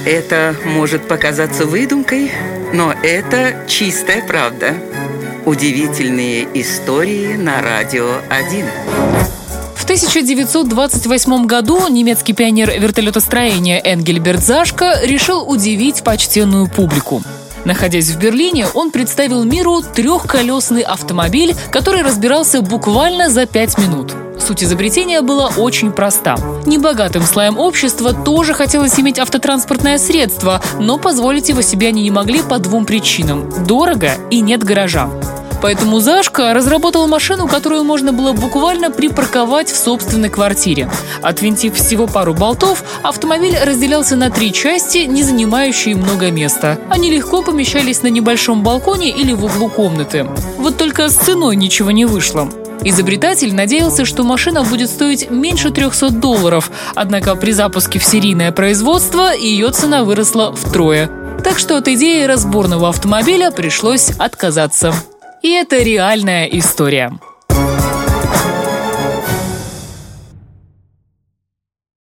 Это может показаться выдумкой, но это чистая правда. Удивительные истории на Радио 1. В 1928 году немецкий пионер вертолетостроения Энгельберт Зашко решил удивить почтенную публику. Находясь в Берлине, он представил миру трехколесный автомобиль, который разбирался буквально за 5 минут. Суть изобретения была очень проста. Небогатым слоям общества тоже хотелось иметь автотранспортное средство, но позволить его себе они не могли по двум причинам – дорого и нет гаража. Поэтому Зашко разработал машину, которую можно было буквально припарковать в собственной квартире. Отвинтив всего пару болтов, автомобиль разделялся на 3 части, не занимающие много места. Они легко помещались на небольшом балконе или в углу комнаты. Вот только с ценой ничего не вышло. Изобретатель надеялся, что машина будет стоить меньше $300, однако при запуске в серийное производство ее цена выросла втрое. Так что от идеи разборного автомобиля пришлось отказаться. И это реальная история.